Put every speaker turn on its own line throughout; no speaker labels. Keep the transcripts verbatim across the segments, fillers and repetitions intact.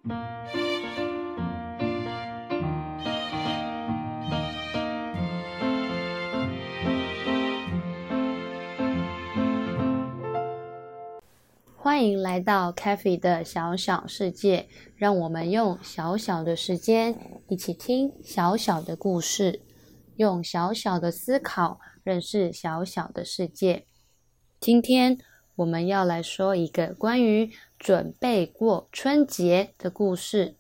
欢迎来到 Kathy 的小小世界，让我们用小小的时间一起听小小的故事，用小小的思考认识小小的世界。今天我们要来说一个关于准备过春节的故事。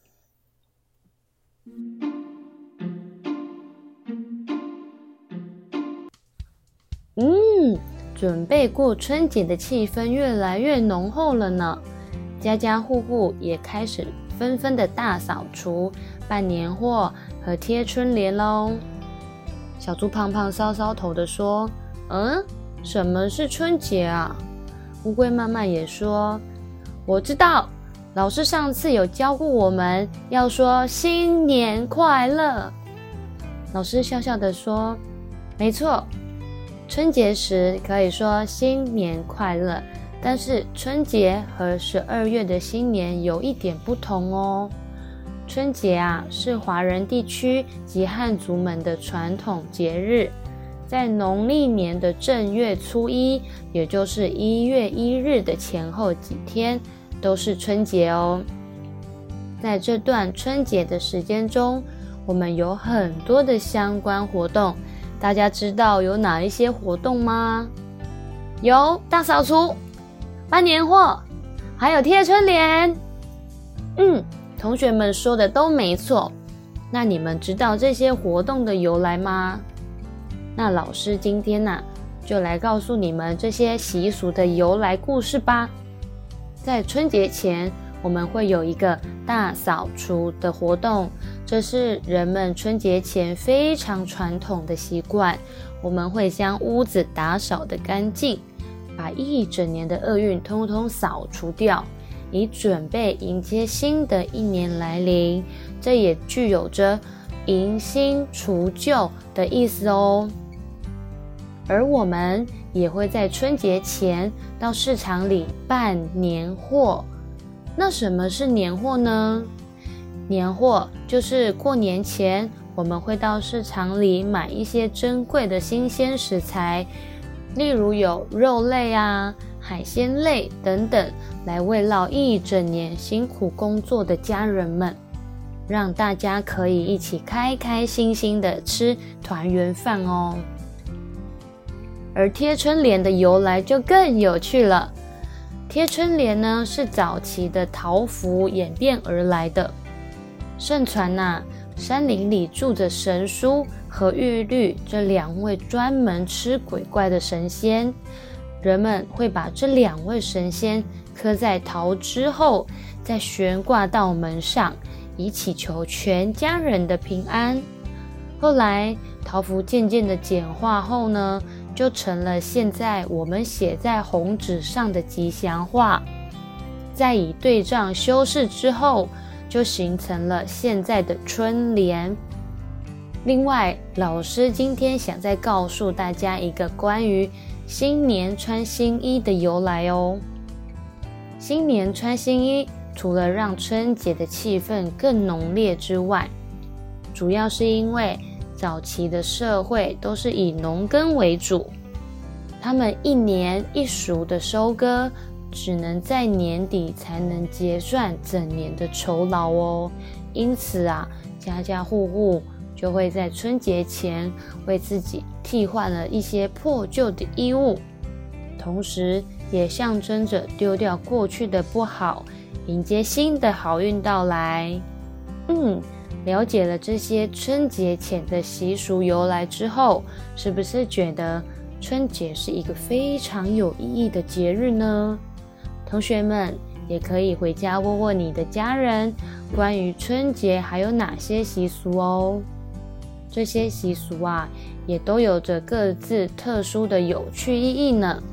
嗯准备过春节的气氛越来越浓厚了呢，家家户户也开始纷纷的大扫除、办年货和贴春联咯。小猪胖胖搔搔头的说：嗯，什么是春节啊？乌龟慢慢也说：我知道，老师上次有教过我们要说新年快乐。老师笑笑的说：没错，春节时可以说新年快乐，但是春节和十二月的新年有一点不同哦。春节啊，是华人地区及汉族们的传统节日，在农历年的正月初一，也就是一月一日的前后几天，都是春节哦。在这段春节的时间中，我们有很多的相关活动。大家知道有哪一些活动吗？有大扫除、办年货，还有贴春联。嗯，同学们说的都没错。那你们知道这些活动的由来吗？那老师今天啊，就来告诉你们这些习俗的由来故事吧。在春节前，我们会有一个大扫除的活动，这是人们春节前非常传统的习惯。我们会将屋子打扫得干净，把一整年的厄运通通扫除掉，以准备迎接新的一年来临。这也具有着迎新除旧的意思哦。而我们也会在春节前到市场里办年货。那什么是年货呢？年货就是过年前我们会到市场里买一些珍贵的新鲜食材，例如有肉类啊、海鲜类等等，来慰劳一整年辛苦工作的家人们，让大家可以一起开开心心的吃团圆饭哦。而贴春联的由来就更有趣了。贴春联呢，是早期的桃符演变而来的。盛传啊，山林里住着神书和玉律这两位专门吃鬼怪的神仙，人们会把这两位神仙刻在桃枝后，再悬挂到门上，以祈求全家人的平安。后来桃符渐渐的简化后呢，就成了现在我们写在红纸上的吉祥话，再以对仗修饰之后，就形成了现在的春联。另外，老师今天想再告诉大家一个关于新年穿新衣的由来哦。新年穿新衣，除了让春节的气氛更浓烈之外，主要是因为早期的社会都是以农耕为主，他们一年一熟的收割，只能在年底才能结算整年的酬劳哦。因此啊，家家户户就会在春节前为自己替换了一些破旧的衣物，同时也象征着丢掉过去的不好，迎接新的好运到来。嗯。了解了这些春节前的习俗由来之后，是不是觉得春节是一个非常有意义的节日呢？同学们也可以回家问问你的家人，关于春节还有哪些习俗哦。这些习俗啊，也都有着各自特殊的有趣意义呢。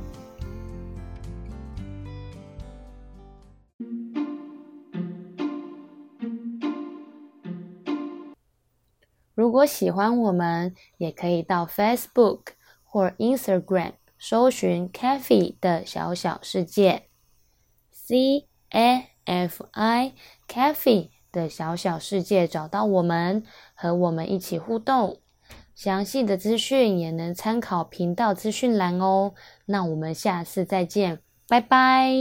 如果喜欢我们，也可以到 Facebook 或 Instagram 搜寻 Kathy 的小小世界 C A F I Cafe 的小小世界找到我们，和我们一起互动。详细的资讯也能参考频道资讯栏哦。那我们下次再见，拜拜。